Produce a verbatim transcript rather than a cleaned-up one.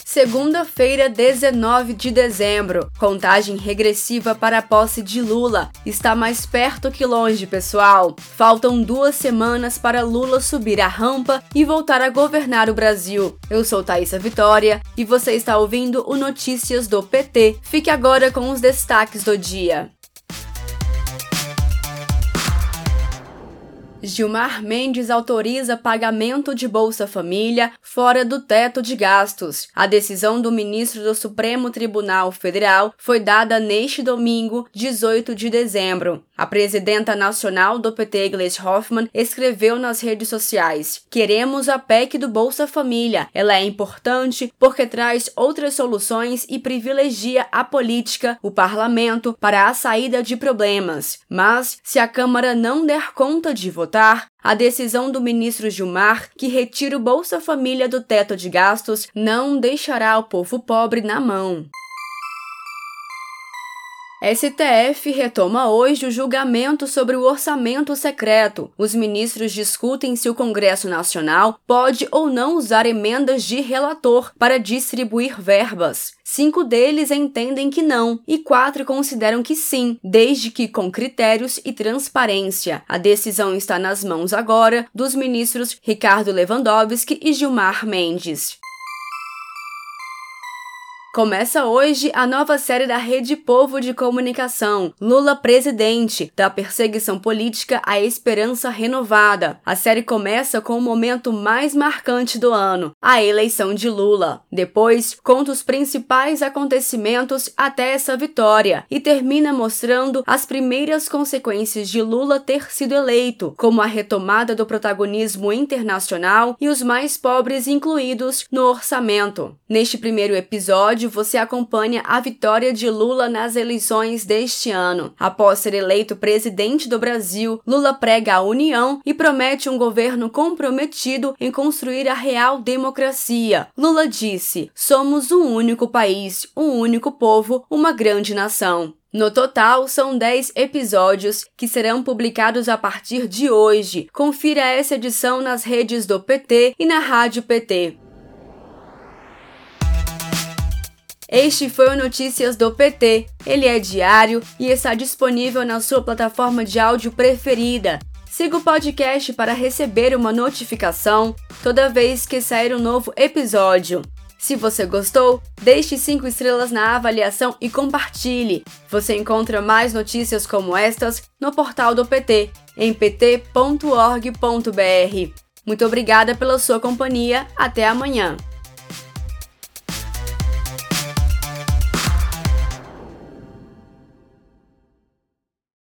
Segunda-feira, dezenove de dezembro. Contagem regressiva para a posse de Lula. Está mais perto que longe, pessoal. Faltam duas semanas para Lula subir a rampa e voltar a governar o Brasil. Eu sou Thaisa Vitória e você está ouvindo o Notícias do P T. Fique agora com os destaques do dia. Gilmar Mendes autoriza pagamento de Bolsa Família fora do teto de gastos. A decisão do ministro do Supremo Tribunal Federal foi dada neste domingo, dezoito de dezembro. A presidenta nacional do P T, Gleisi Hoffmann, escreveu nas redes sociais: "Queremos a P E C do Bolsa Família. Ela é importante porque traz outras soluções e privilegia a política, o parlamento, para a saída de problemas. Mas, se a Câmara não der conta de votar, a decisão do ministro Gilmar, que retira o Bolsa Família do teto de gastos, não deixará o povo pobre na mão." S T F retoma hoje o julgamento sobre o orçamento secreto. Os ministros discutem se o Congresso Nacional pode ou não usar emendas de relator para distribuir verbas. Cinco deles entendem que não e quatro consideram que sim, desde que com critérios e transparência. A decisão está nas mãos agora dos ministros Ricardo Lewandowski e Gilmar Mendes. Começa hoje a nova série da Rede Povo de Comunicação, Lula Presidente, da perseguição política à esperança renovada. A série começa com o momento mais marcante do ano, a eleição de Lula. Depois, conta os principais acontecimentos até essa vitória e termina mostrando as primeiras consequências de Lula ter sido eleito, como a retomada do protagonismo internacional e os mais pobres incluídos no orçamento. Neste primeiro episódio, você acompanha a vitória de Lula nas eleições deste ano. Após ser eleito presidente do Brasil, Lula prega a união e promete um governo comprometido em construir a real democracia. Lula disse: "Somos um único país, um único povo, uma grande nação." No total, são dez episódios que serão publicados a partir de hoje. Confira essa edição nas redes do P T e na Rádio P T. Este foi o Notícias do P T. Ele é diário e está disponível na sua plataforma de áudio preferida. Siga o podcast para receber uma notificação toda vez que sair um novo episódio. Se você gostou, deixe cinco estrelas na avaliação e compartilhe. Você encontra mais notícias como estas no portal do P T, em p t ponto org ponto b r. Muito obrigada pela sua companhia. Até amanhã.